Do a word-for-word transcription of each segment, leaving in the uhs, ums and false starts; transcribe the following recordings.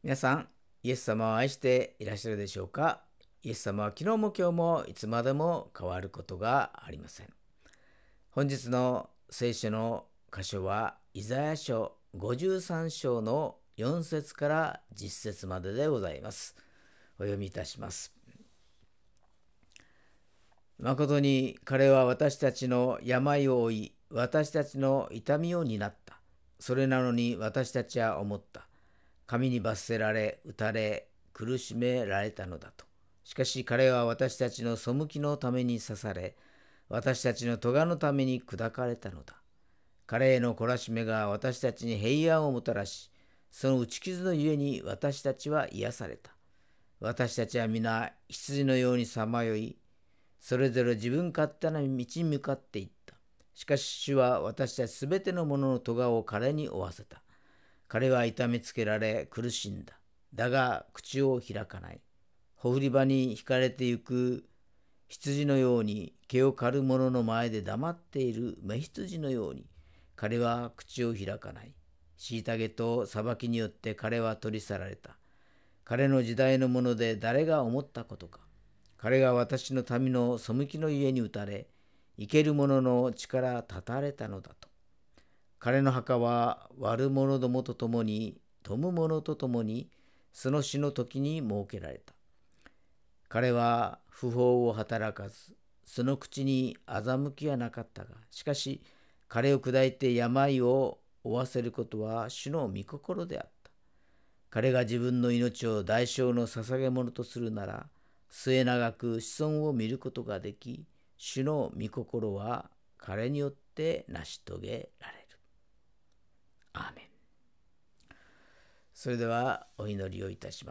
皆さん、イエス様を愛していらっしゃるでしょうか？イエス様は昨日も今日もいつまでも変わることがありません。本日の聖書の箇所はイザヤ書ごじゅうさん章のよん節からじゅっ節まででございます。お読みいたします。誠に彼は私たちの病を負い、私たちの痛みを担った。それなのに私たちは思った。神に罰せられ、打たれ、苦しめられたのだと。しかし彼は私たちの背きのために刺され、私たちの咎のために砕かれたのだ。彼への懲らしめが私たちに平安をもたらし、その打ち傷のゆえに私たちは癒された。私たちは皆羊のようにさまよい、それぞれ自分勝手な道に向かっていった。しかし主は私たちすべてのものの咎を彼に負わせた。彼は痛めつけられ苦しんだ。だが口を開かない。ほふり場に引かれてゆく羊のように、毛を刈る者の前で黙っている雌羊のように、彼は口を開かない。虐げと裁きによって彼は取り去られた。彼の時代のもので誰が思ったことか。彼が私の民の背きの家に打たれ、生ける者の力断たれたのだと。彼の墓は悪者どもと共に、富む者と共に、その死の時に設けられた。彼は不法を働かず、その口に欺きはなかったが、しかし彼を砕いて病を負わせることは主の御心であった。彼が自分の命を代償の捧げ物とするなら、末永く子孫を見ることができ、主の御心は彼によって成し遂げられる。アーメン。それではお祈りをいたします。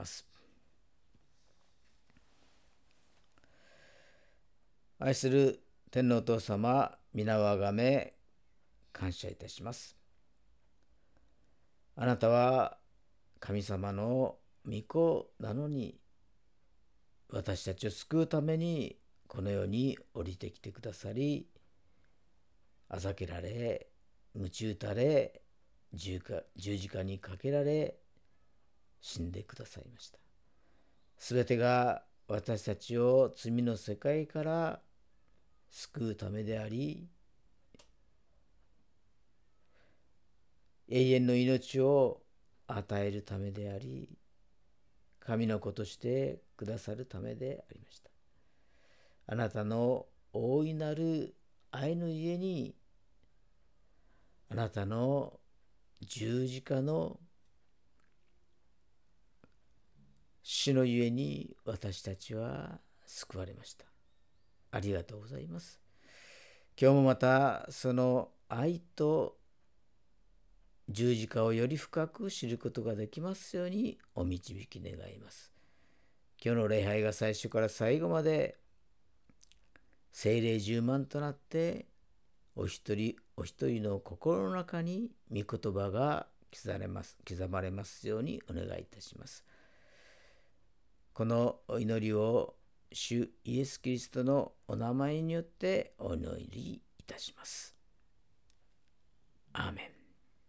愛する天皇お父様、皆をあがめ感謝いたします。あなたは神様の御子なのに、私たちを救うためにこの世に降りてきてくださり、あざけられ、鞭打たれ、十字架にかけられ、死んでくださいました。すべてが私たちを罪の世界から救うためであり、永遠の命を与えるためであり、神の子としてくださるためでありました。あなたの大いなる愛のゆえに、あなたの十字架の死のゆえに私たちは救われました。ありがとうございます。今日もまたその愛と十字架をより深く知ることができますようにお導き願います。今日の礼拝が最初から最後まで聖霊充満となって、お一人お一人の心の中に御言葉が刻まれます、刻まれますようにお願いいたします。このお祈りを主イエス・キリストのお名前によってお祈りいたします。アーメン。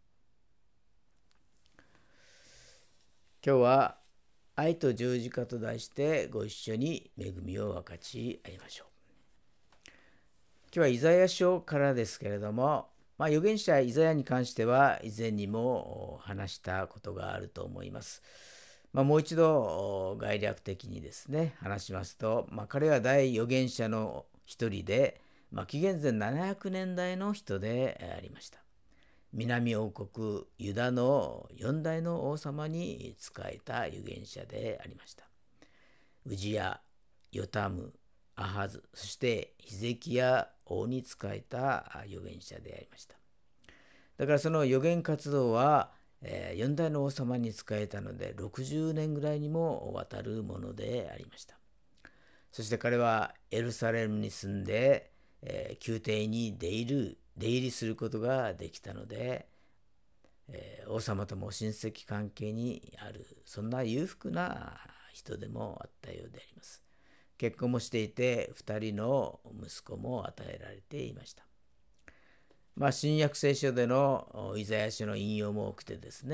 今日は愛と十字架と題してご一緒に恵みを分かち合いましょう。今日はイザヤ書からですけれども、まあ、預言者イザヤに関しては以前にも話したことがあると思います。まあ、もう一度概略的にですね話しますと、まあ、彼は大預言者の一人で、まあ、紀元前ななひゃくねんだいの人でありました。南王国ユダの四代の王様に仕えた預言者でありました。ウジヤ、ヨタム、アハズ、そしてヒゼキヤ王に仕えた預言者でありました。だからその預言活動は四代の王様に仕えたのでろくじゅうねんぐらいにもわたるものでありました。そして彼はエルサレムに住んで宮廷に出入る出入りすることができたので、えー、王様とも親戚関係にある、そんな裕福な人でもあったようであります。結婚もしていてふたりの息子も与えられていました。まあ、新約聖書でのイザヤ書の引用も多くてですね、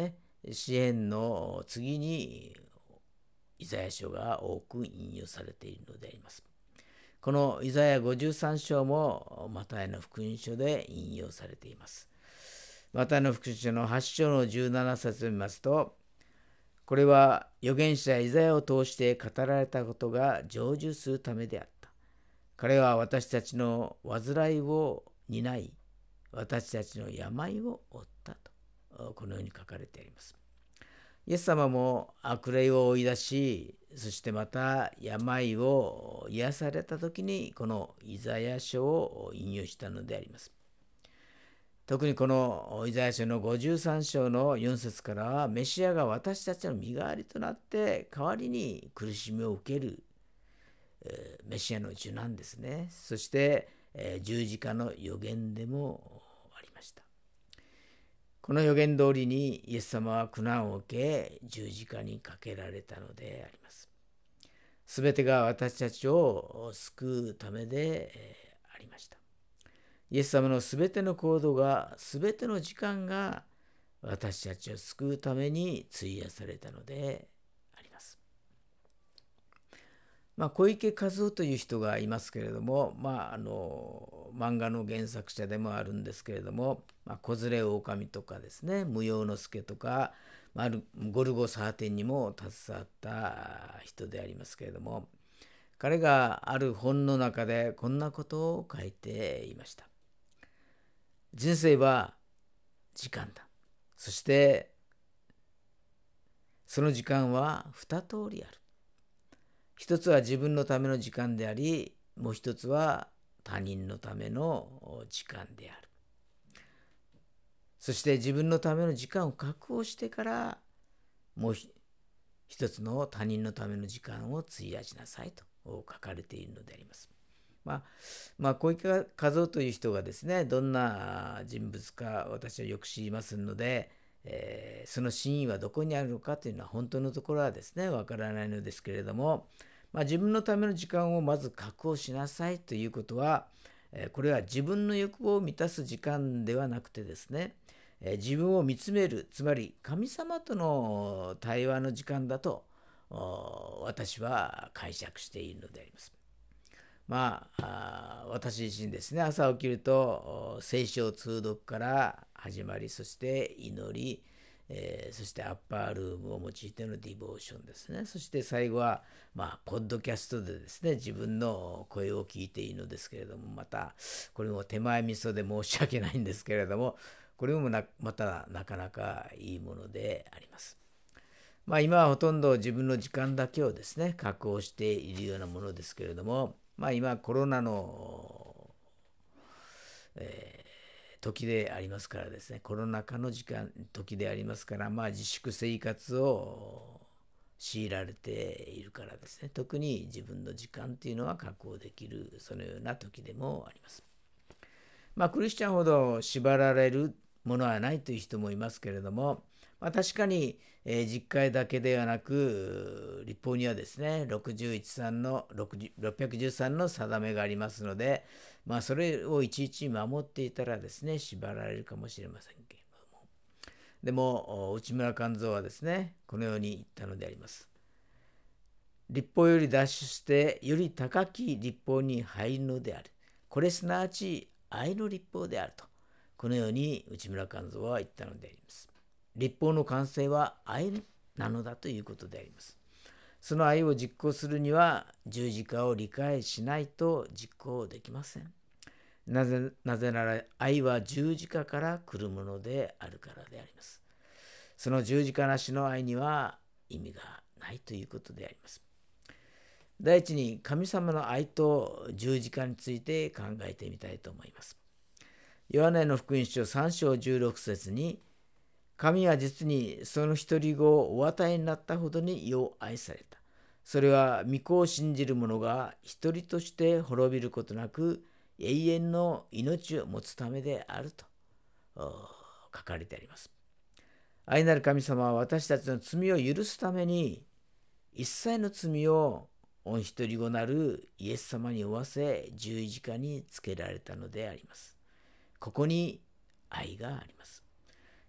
詩編の次にイザヤ書が多く引用されているのであります。このイザヤごじゅうさん章もマタイの福音書で引用されています。マタイの福音書のはち章のじゅうなな節を見ますと、これは預言者イザヤを通して語られたことが成就するためであった。彼は私たちの患いを担い、私たちの病を負ったと、このように書かれてあります。イエス様も悪霊を追い出し、そしてまた病を癒された時にこのイザヤ書を引用したのであります。特にこのイザヤ書のごじゅうさん章のよん節からは、メシアが私たちの身代わりとなって代わりに苦しみを受けるメシアの受難ですね。そして十字架の予言でもありました。この予言通りにイエス様は苦難を受け十字架にかけられたのであります。すべてが私たちを救うためでありました。イエス様のすべての行動が、すべての時間が私たちを救うために費やされたのであります。まあ、小池和夫という人がいますけれども、まあ、あの漫画の原作者でもあるんですけれども、まあ、子連れ狼とかですね、無用之助とか、まあ、ゴルゴじゅうさんにも携わった人でありますけれども、彼がある本の中でこんなことを書いていました。人生は時間だ。そしてその時間は二通りある。一つは自分のための時間であり、もう一つは他人のための時間である。そして自分のための時間を確保してから、もう一つの他人のための時間を費やしなさいと書かれているのであります。まあ、まあ、小池和夫という人がですね、どんな人物か私はよく知りますので、えー、その真意はどこにあるのかというのは本当のところはですね、わからないのですけれども、まあ、自分のための時間をまず確保しなさいということは、えー、これは自分の欲望を満たす時間ではなくてですね、えー、自分を見つめる、つまり神様との対話の時間だと私は解釈しているのであります。まあ、私自身ですね、朝起きると聖書通読から始まり、そして祈り、えー、そしてアッパールームを用いてのディボーションですね。そして最後は、まあ、ポッドキャストでですね、自分の声を聞いているのですけれども、また、これも手前味噌で申し訳ないんですけれども、これもなまたなかなかいいものであります。まあ、今はほとんど自分の時間だけをですね、確保しているようなものですけれども、まあ、今コロナの、えー、時でありますからですね、コロナ禍の時間時でありますから、まあ、自粛生活を強いられているからですね、特に自分の時間というのは確保できる、そのような時でもあります。まあ、クリスチャンほど縛られるものはないという人もいますけれども、まあ、確かに、えー、実会だけではなく、立法にはですね、ろくじゅういちさんのろくひゃくじゅうさんの定めがありますので、まあ、それをいちいち守っていたらですね、縛られるかもしれませんけれども。でも、内村勘三はですね、このように言ったのであります。立法より脱出して、より高き立法に入るのである。これすなわち愛の立法であると。このように内村勘三は言ったのであります。立法の完成は愛なのだということであります。その愛を実行するには十字架を理解しないと実行できません。なぜ、なぜなら愛は十字架から来るものであるからであります。その十字架なしの愛には意味がないということであります。第一に神様の愛と十字架について考えてみたいと思います。ヨハネの福音書さん章じゅうろく節に、神は実にその一人子をお与えになったほどによう愛された。それは御子を信じる者が一人として滅びることなく永遠の命を持つためであると書かれてあります。愛なる神様は私たちの罪を許すために一切の罪を御一人子なるイエス様に負わせ十字架につけられたのであります。ここに愛があります。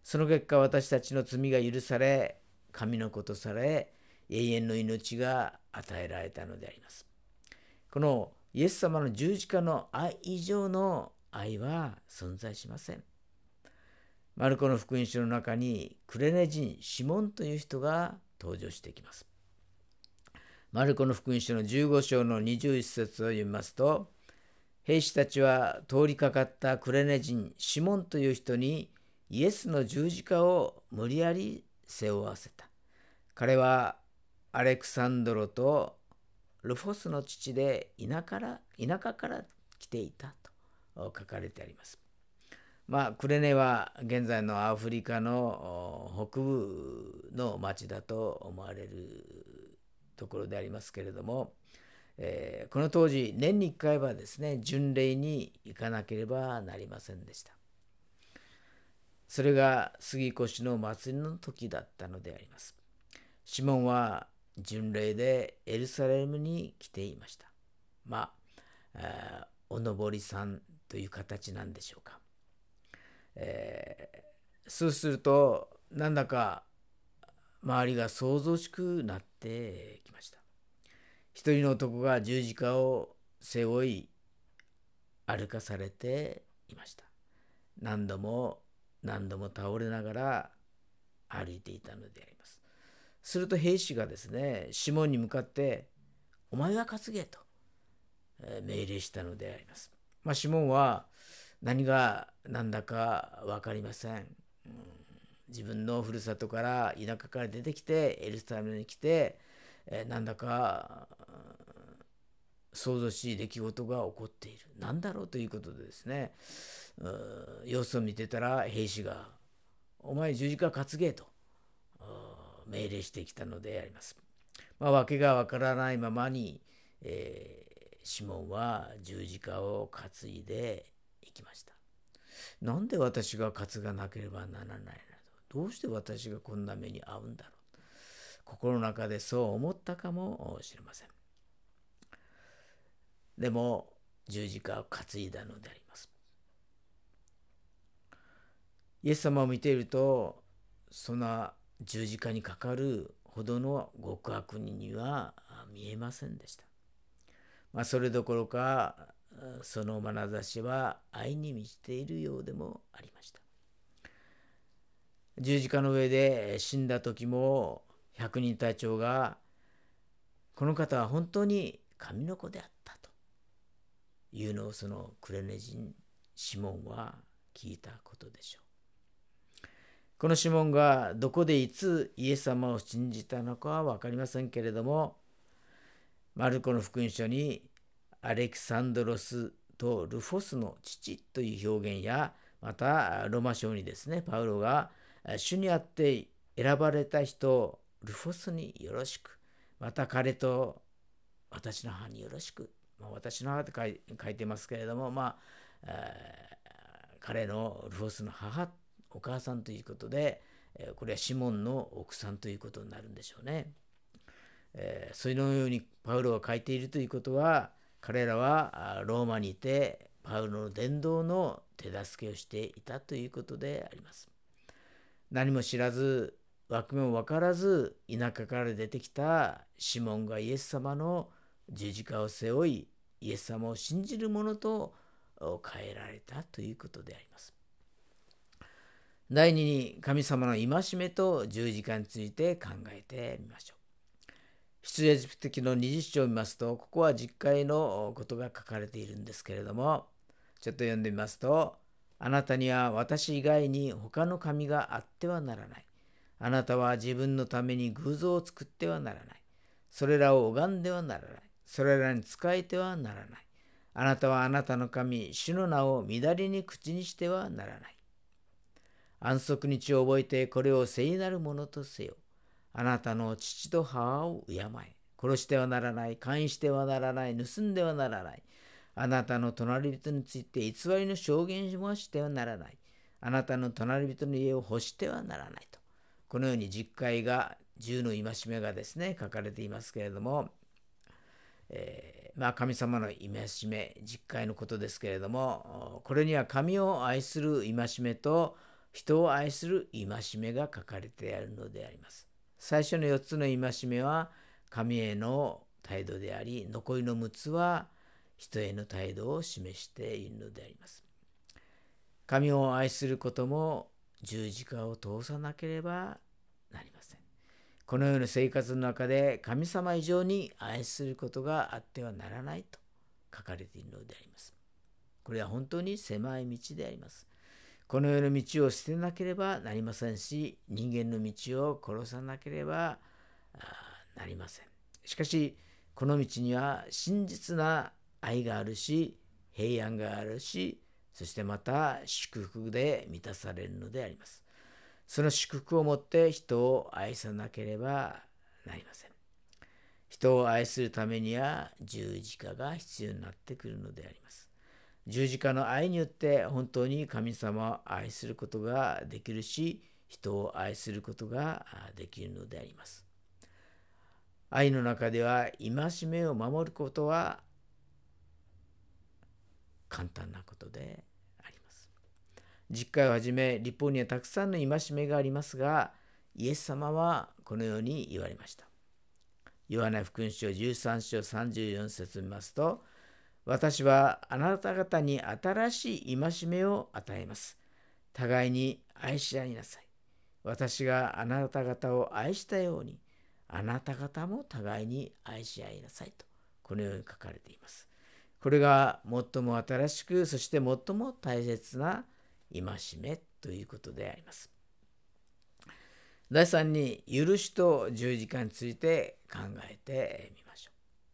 その結果、私たちの罪が許され、神の子とされ、永遠の命が与えられたのであります。このイエス様の十字架の愛以上の愛は存在しません。マルコの福音書の中にクレネ人シモンという人が登場してきます。マルコの福音書のじゅうご章のにじゅういち節を読みますと、兵士たちは通りかかったクレネ人シモンという人にイエスの十字架を無理やり背負わせた。彼はアレクサンドロとルフォスの父で田舎から田舎から来ていたと書かれてあります。まあ、クレネは現在のアフリカの北部の町だと思われるところでありますけれども、えー、この当時年にいっかいはですね、巡礼に行かなければなりませんでした。それが杉越の祭りの時だったのであります。シモンは巡礼でエルサレムに来ていました。まあ、お登りさんという形なんでしょうか。えー、そうするとなんだか周りが騒々しくなってきました。一人の男が十字架を背負い歩かされていました。何度も何度も倒れながら歩いていたのであります。すると兵士がですね、シモンに向かってお前が担げと命令したのであります。まあ、シモンは何が何だか分かりません。うん、自分のふるさとから田舎から出てきてエルサレムに来て、えー、なんだか想像しい出来事が起こっている。何だろうということでですね、様子を見てたら兵士がお前十字架担げと命令してきたのであります。まあ、訳がわからないままに、えー、シモンは十字架を担いでいきました。なんで私が担がなければならないのだ、どうして私がこんな目に遭うんだろう、心の中でそう思ったかもしれません。でも十字架を担いだのであります。イエス様を見ていると、その十字架にかかるほどの極悪人には見えませんでした。まあ、それどころかその眼差しは愛に満ちているようでもありました。十字架の上で死んだ時も百人隊長がこの方は本当に神の子であったというのを、そのクレネ人シモンは聞いたことでしょう。このシモンがどこでいつイエス様を信じたのかは分かりませんけれども、マルコの福音書にアレキサンドロスとルフォスの父という表現や、またローマ書にですね、パウロが主にあって選ばれた人ルフォスによろしく、また彼と私の母によろしく、まあ、私の母って書い、書いてますけれども、まあ、えー、彼のルフォスの母、お母さんということで、これはシモンの奥さんということになるんでしょうね。えー、そのようにパウロが書いているということは、彼らはローマにいてパウロの伝道の手助けをしていたということであります。何も知らず、訳も分からず、田舎から出てきたシモンがイエス様の十字架を背負い、イエス様を信じる者と変えられたということであります。第二に、神様の戒めと十字架について考えてみましょう。出エジプト記のにじゅっ章を見ますと、ここは十戒のことが書かれているんですけれども、ちょっと読んでみますと、あなたには私以外に他の神があってはならない。あなたは自分のために偶像を作ってはならない。それらを拝んではならない。それらに仕えてはならない。あなたはあなたの神、主の名を乱れに口にしてはならない。安息日を覚えてこれを聖なるものとせよ。あなたの父と母を敬え。殺してはならない。姦淫してはならない。盗んではならない。あなたの隣人について偽りの証言はしてはならない。あなたの隣人の家を欲してはならないと。このように十戒が、十の戒めがですね、書かれていますけれども、えー、まあ神様の戒め、十戒のことですけれども、これには神を愛する戒めと人を愛する戒めが書かれてあるのであります。最初のよっつの戒めは神への態度であり、残りのむつは人への態度を示しているのであります。神を愛することも十字架を通さなければなりません。このような生活の中で神様以上に愛することがあってはならないと書かれているのであります。これは本当に狭い道であります。この世の道を捨てなければなりませんし、人間の道を殺さなければなりません。しかし、この道には真実な愛があるし、平安があるし、そしてまた祝福で満たされるのであります。その祝福をもって人を愛さなければなりません。人を愛するためには十字架が必要になってくるのであります。十字架の愛によって本当に神様を愛することができるし、人を愛することができるのであります。愛の中では戒めを守ることは簡単なことであります。実会をはじめ律法にはたくさんの戒めがありますが、イエス様はこのように言われました。ヨハネ福音書じゅうさん章さんじゅうよん節を見ますと、私はあなた方に新しい戒めを与えます。互いに愛し合いなさい。私があなた方を愛したように、あなた方も互いに愛し合いなさいと、このように書かれています。これが最も新しく、そして最も大切な戒めということであります。だいさんに、許しと十字架について考えてみましょ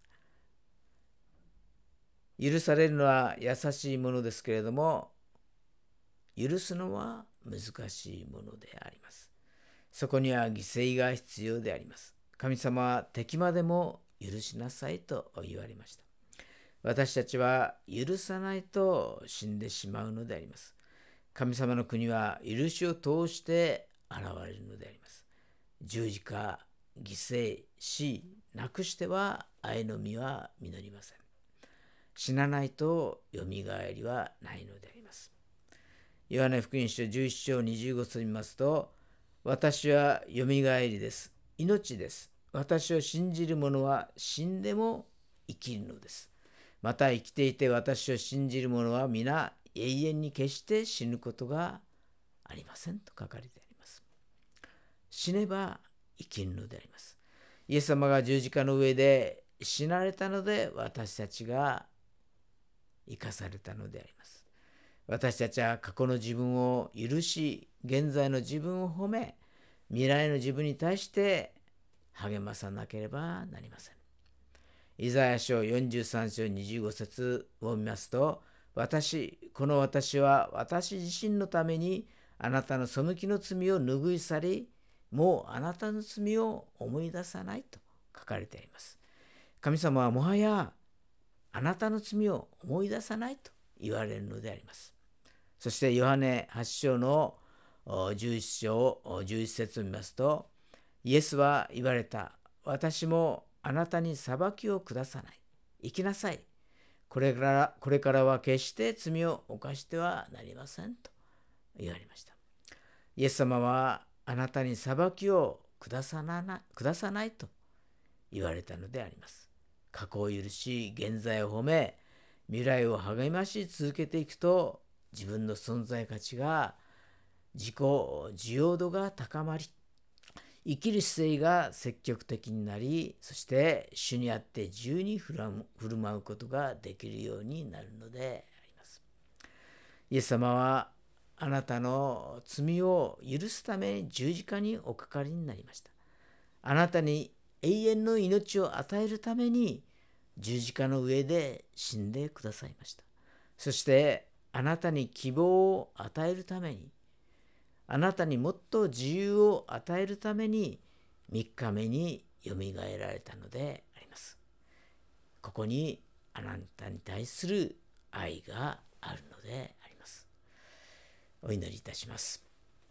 う。許されるのは優しいものですけれども、許すのは難しいものであります。そこには犠牲が必要であります。神様は敵までも許しなさいと言われました。私たちは許さないと死んでしまうのであります。神様の国は許しを通して現れるのであります。十字架、犠牲、死なくしては愛の実は実りません。死なないとよみがえりはないのであります。ヨハネ福音書じゅういち章にじゅうご節を見ますと、私はよみがえりです。命です。私を信じる者は死んでも生きるのです。また生きていて私を信じる者は皆永遠に決して死ぬことがありませんと書かれてあります。死ねば生きるのであります。イエス様が十字架の上で死なれたので私たちが生かされたのであります。私たちは過去の自分を許し、現在の自分を褒め、未来の自分に対して励まさなければなりません。イザヤ書よんじゅうさん章にじゅうご節を見ますと、私、この私は私自身のためにあなたの背きの罪を拭い去り、もうあなたの罪を思い出さないと書かれています。神様はもはやあなたの罪を思い出さないと言われるのであります。そしてヨハネはち章のじゅういち章じゅういち節を見ますと、イエスは言われた。私もあなたに裁きを下さない。生きなさい。これから、これからは決して罪を犯してはなりませんと言われました。イエス様はあなたに裁きを下さな、下さないと言われたのであります。過去を許し、現在を褒め、未来を励まし続けていくと、自分の存在価値が、自己自由度が高まり、生きる姿勢が積極的になり、そして主にあって自由に振る舞うことができるようになるのであります。イエス様はあなたの罪を許すために十字架におかかりになりました。あなたに永遠の命を与えるために十字架の上で死んでくださいました。そしてあなたに希望を与えるために、あなたにもっと自由を与えるためにみっかめによみがえられたのであります。ここにあなたに対する愛があるのであります。お祈りいたします。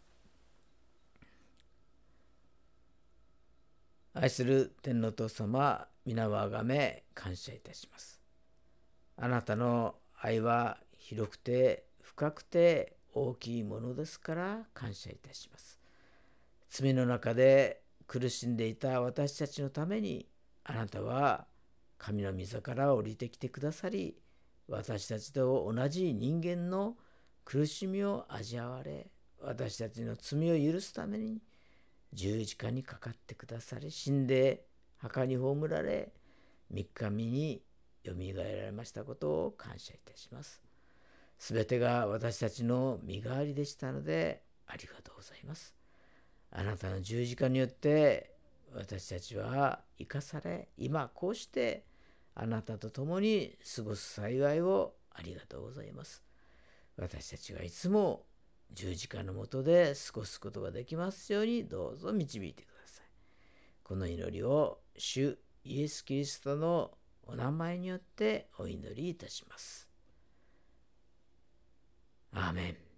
愛する天のお父様、皆をあがめ感謝いたします。あなたの愛は広くて深くて大きいものですから感謝いたします。罪の中で苦しんでいた私たちのために、あなたは神の御座から降りてきてくださり、私たちと同じ人間の苦しみを味わわれ、私たちの罪を許すために十字架にかかってくださり、死んで墓に葬られ、三日目によみがえられましたことを感謝いたします。すべてが私たちの身代わりでしたのでありがとうございます。あなたの十字架によって私たちは生かされ、今こうしてあなたと共に過ごす幸いをありがとうございます。私たちがいつも十字架の下で過ごすことができますように、どうぞ導いてください。この祈りを主イエス・キリストのお名前によってお祈りいたします。アーメン。